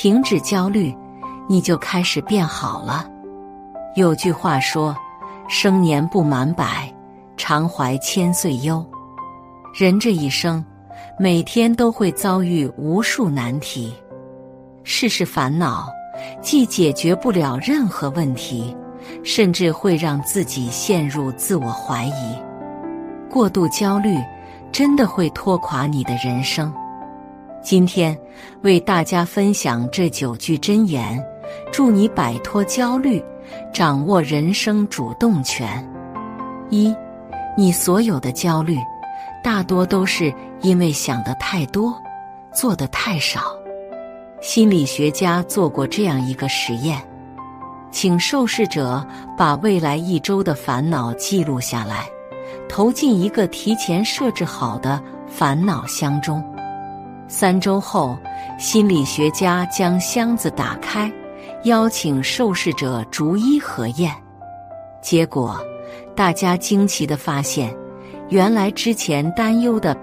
停止焦虑，你就开始变好了。有句话说，生年不满百，常怀千岁忧。人这一生，每天都会遭遇无数难题，事事烦恼，既解决不了任何问题，甚至会让自己陷入自我怀疑。过度焦虑真的会拖垮你的人生。今天为大家分享这9句箴言，助你摆脱焦虑，掌握人生主动权。1. 你所有的焦虑大多都是因为想得太多，做得太少。心理学家做过这样一个实验，请受试者把未来1周的烦恼记录下来，投进一个提前设置好的烦恼箱中。3周后，心理学家将箱子打开，邀请受试者逐一核验。结果，大家惊奇地发现，原来之前担忧的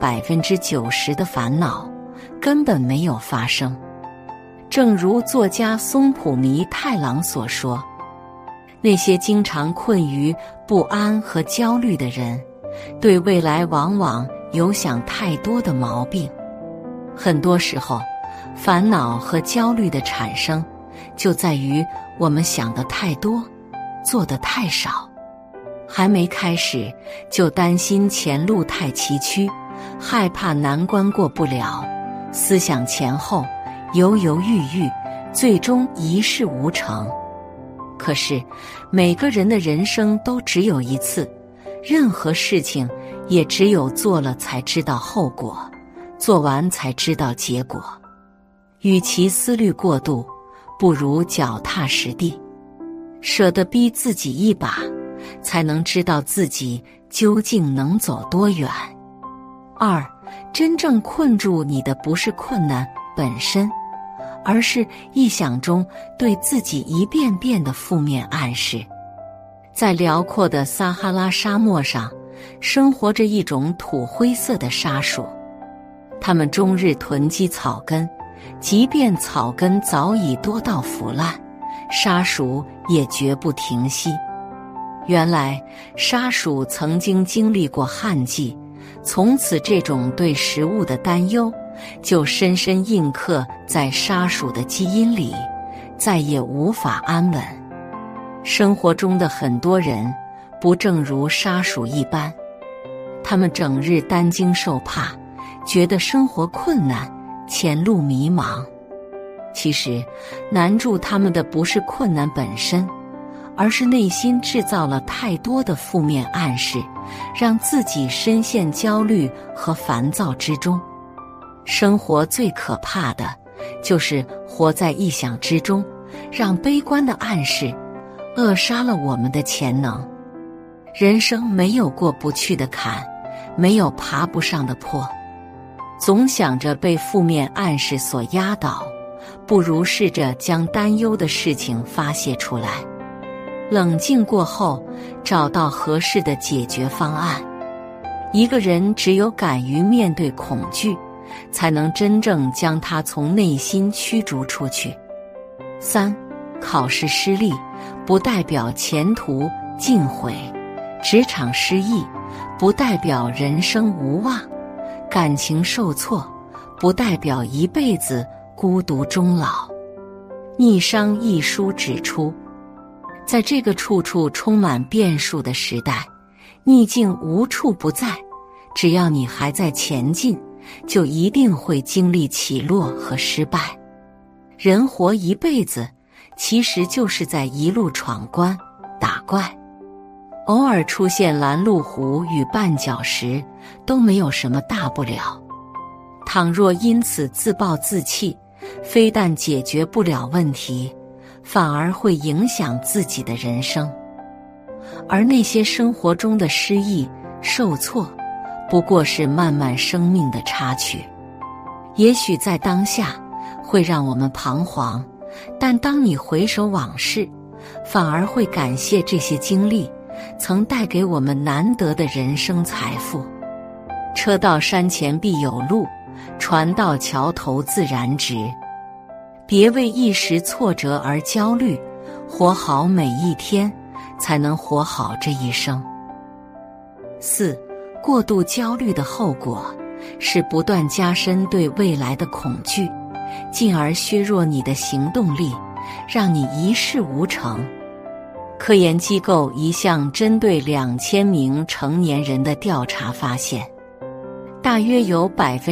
90%的烦恼根本没有发生。正如作家松浦弥太郎所说，那些经常困于不安和焦虑的人，对未来往往有想太多的毛病。很多时候，烦恼和焦虑的产生就在于我们想得太多，做得太少。还没开始就担心前路太崎岖，害怕难关过不了，思想前后犹犹豫豫，最终一事无成。可是每个人的人生都只有一次，任何事情也只有做了才知道后果，做完才知道结果。与其思虑过度，不如脚踏实地，舍得逼自己一把，才能知道自己究竟能走多远。2. 真正困住你的不是困难本身，而是臆想中对自己一遍遍的负面暗示。在辽阔的撒哈拉沙漠上，生活着一种土灰色的沙鼠，它们终日囤积草根，即便草根早已多到腐烂，沙鼠也绝不停息。原来沙鼠曾经经历过旱季，从此这种对食物的担忧就深深印刻在沙鼠的基因里，再也无法安稳。生活中的很多人不正如沙鼠一般，他们整日担惊受怕，觉得生活困难，前路迷茫。其实难住他们的不是困难本身，而是内心制造了太多的负面暗示，让自己深陷焦虑和烦躁之中。生活最可怕的就是活在臆想之中，让悲观的暗示扼杀了我们的潜能。人生没有过不去的坎，没有爬不上的坡。总想着被负面暗示所压倒，不如试着将担忧的事情发泄出来。冷静过后，找到合适的解决方案。一个人只有敢于面对恐惧，才能真正将它从内心驱逐出去。3. 考试失利不代表前途尽毁，职场失意不代表人生无望，感情受挫不代表一辈子孤独终老。逆商一书指出，在这个处处充满变数的时代，逆境无处不在，只要你还在前进，就一定会经历起落和失败。人活一辈子，其实就是在一路闯关打怪。偶尔出现拦路虎与绊脚石，都没有什么大不了。倘若因此自暴自弃，非但解决不了问题，反而会影响自己的人生。而那些生活中的失意、受挫，不过是漫漫生命的插曲。也许在当下会让我们彷徨，但当你回首往事，反而会感谢这些经历曾带给我们难得的人生财富。车到山前必有路，船到桥头自然直。 别为一时挫折而焦虑，活好每一天，才能活好这一生。4. 过度焦虑的后果是不断加深对未来的恐惧，进而削弱你的行动力，让你一事无成。科研机构一项针对2000名成年人的调查发现，大约有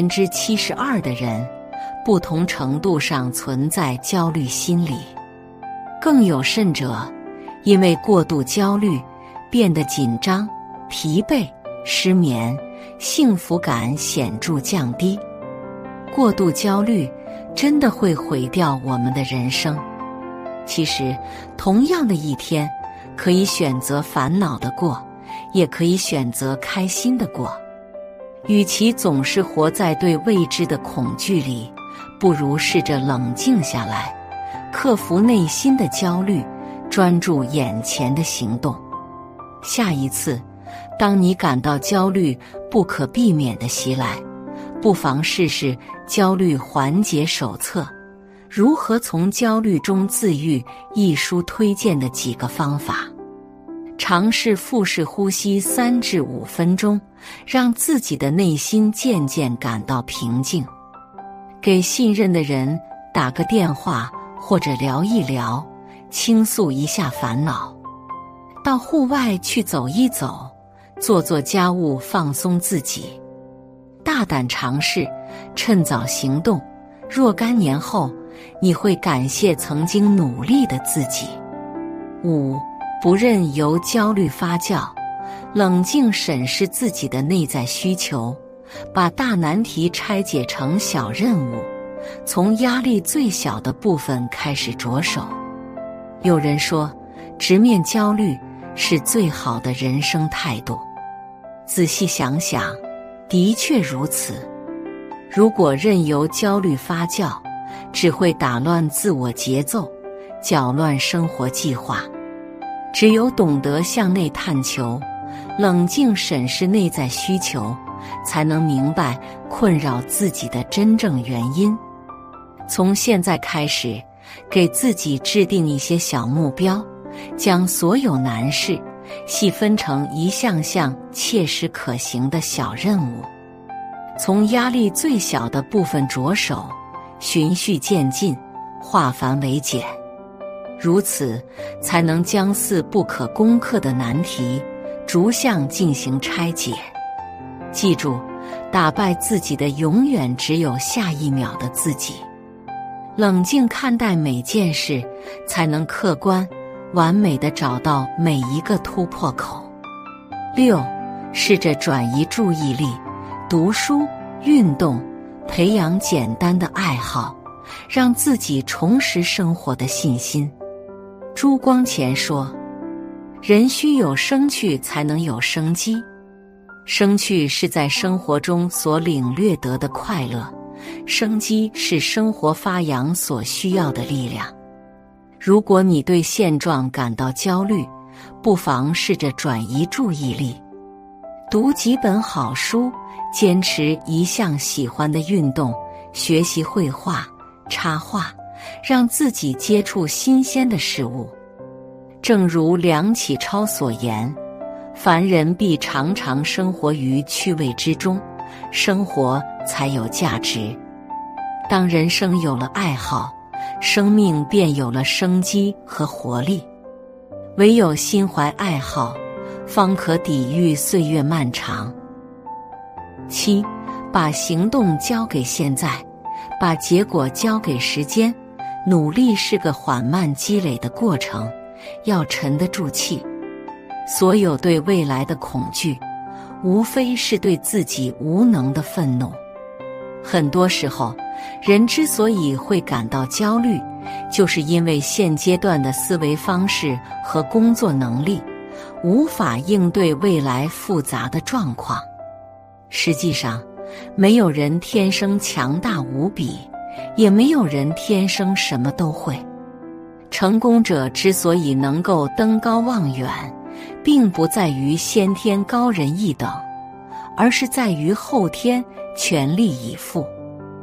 72% 的人不同程度上存在焦虑心理，更有甚者，因为过度焦虑变得紧张、疲惫、失眠，幸福感显著降低。过度焦虑真的会毁掉我们的人生。其实，同样的一天，可以选择烦恼的过，也可以选择开心的过。与其总是活在对未知的恐惧里，不如试着冷静下来，克服内心的焦虑，专注眼前的行动。下一次，当你感到焦虑不可避免地袭来，不妨试试焦虑缓解手册，如何从焦虑中自愈一书推荐的几个方法。尝试腹式呼吸3至5分钟，让自己的内心渐渐感到平静。给信任的人打个电话或者聊一聊，倾诉一下烦恼。到户外去走一走，做做家务，放松自己。大胆尝试，趁早行动，若干年后你会感谢曾经努力的自己。5. 不任由焦虑发酵，冷静审视自己的内在需求，把大难题拆解成小任务，从压力最小的部分开始着手。有人说，直面焦虑是最好的人生态度。仔细想想，的确如此。如果任由焦虑发酵，只会打乱自我节奏，搅乱生活计划。只有懂得向内探求，冷静审视内在需求，才能明白困扰自己的真正原因。从现在开始，给自己制定一些小目标，将所有难事细分成一项项切实可行的小任务，从压力最小的部分着手，循序渐进，化繁为简。如此才能将似不可攻克的难题逐项进行拆解。记住，打败自己的永远只有下一秒的自己。冷静看待每件事，才能客观完美地找到每一个突破口。6. 试着转移注意力，读书、运动，培养简单的爱好，让自己重拾生活的信心。朱光潜说，人须有生趣才能有生机。生趣是在生活中所领略得的快乐，生机是生活发扬所需要的力量。如果你对现状感到焦虑，不妨试着转移注意力，读几本好书，坚持一项喜欢的运动，学习绘画、插画，让自己接触新鲜的事物。正如梁启超所言，凡人必常常生活于趣味之中，生活才有价值。当人生有了爱好，生命便有了生机和活力。唯有心怀爱好，方可抵御岁月漫长。7. 把行动交给现在，把结果交给时间。努力是个缓慢积累的过程，要沉得住气。所有对未来的恐惧，无非是对自己无能的愤怒。很多时候，人之所以会感到焦虑，就是因为现阶段的思维方式和工作能力无法应对未来复杂的状况。实际上，没有人天生强大无比，也没有人天生什么都会。成功者之所以能够登高望远，并不在于先天高人一等，而是在于后天全力以赴。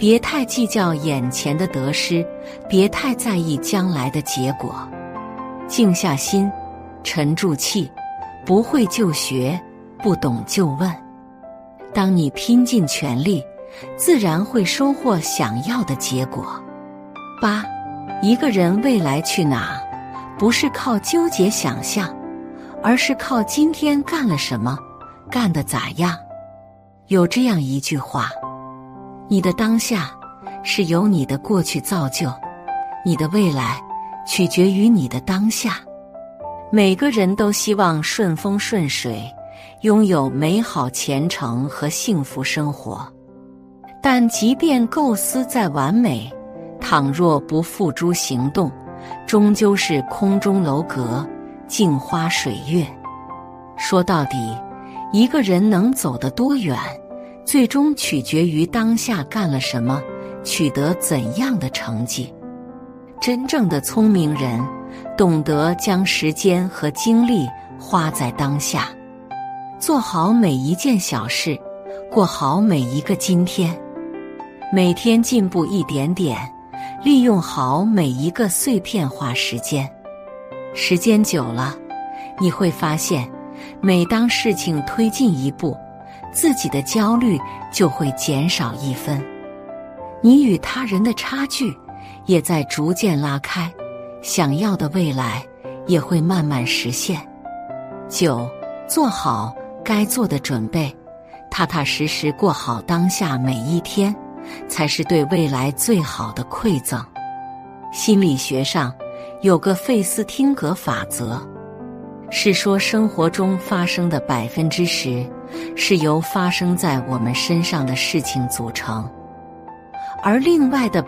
别太计较眼前的得失，别太在意将来的结果。静下心，沉住气，不会就学，不懂就问。当你拼尽全力，自然会收获想要的结果。8. 一个人未来去哪，不是靠纠结想象，而是靠今天干了什么，干得咋样。有这样一句话，你的当下是由你的过去造就，你的未来取决于你的当下。每个人都希望顺风顺水，拥有美好前程和幸福生活。但即便构思再完美，倘若不付诸行动，终究是空中楼阁，镜花水月。说到底，一个人能走得多远，最终取决于当下干了什么，取得怎样的成绩。真正的聪明人，懂得将时间和精力花在当下，做好每一件小事，过好每一个今天。每天进步一点点，利用好每一个碎片化时间。时间久了，你会发现，每当事情推进一步，自己的焦虑就会减少1分，你与他人的差距也在逐渐拉开，想要的未来也会慢慢实现。9. 做好该做的准备，踏踏实实过好当下每一天，才是对未来最好的馈赠。心理学上有个费斯汀格法则，是说生活中发生的10%是由发生在我们身上的事情组成，而另外的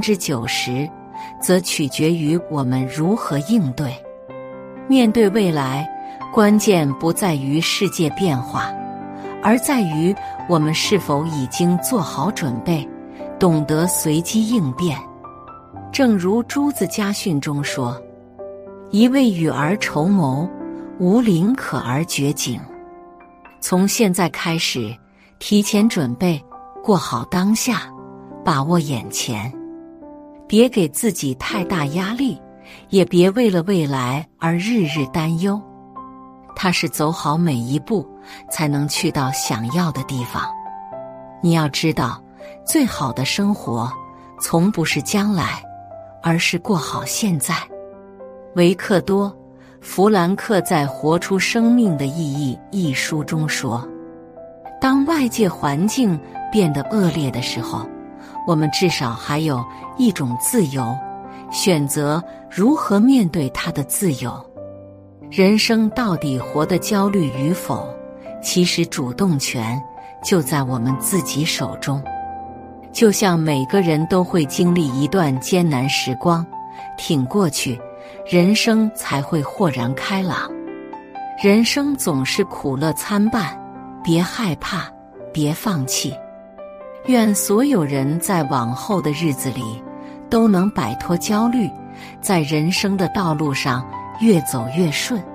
90%则取决于我们如何应对。面对未来，关键不在于世界变化，而在于我们是否已经做好准备，懂得随机应变。正如朱子家训中说，一味与而筹谋，无林可而掘井。从现在开始，提前准备，过好当下，把握眼前。别给自己太大压力，也别为了未来而日日担忧。它是走好每一步，才能去到想要的地方。你要知道，最好的生活从不是将来，而是过好现在。维克多·弗兰克在《活出生命的意义》一书中说，当外界环境变得恶劣的时候，我们至少还有一种自由，选择如何面对它的自由。人生到底活得焦虑与否，其实主动权就在我们自己手中。就像每个人都会经历一段艰难时光，挺过去，人生才会豁然开朗。人生总是苦乐参半，别害怕，别放弃。愿所有人在往后的日子里都能摆脱焦虑，在人生的道路上越走越顺。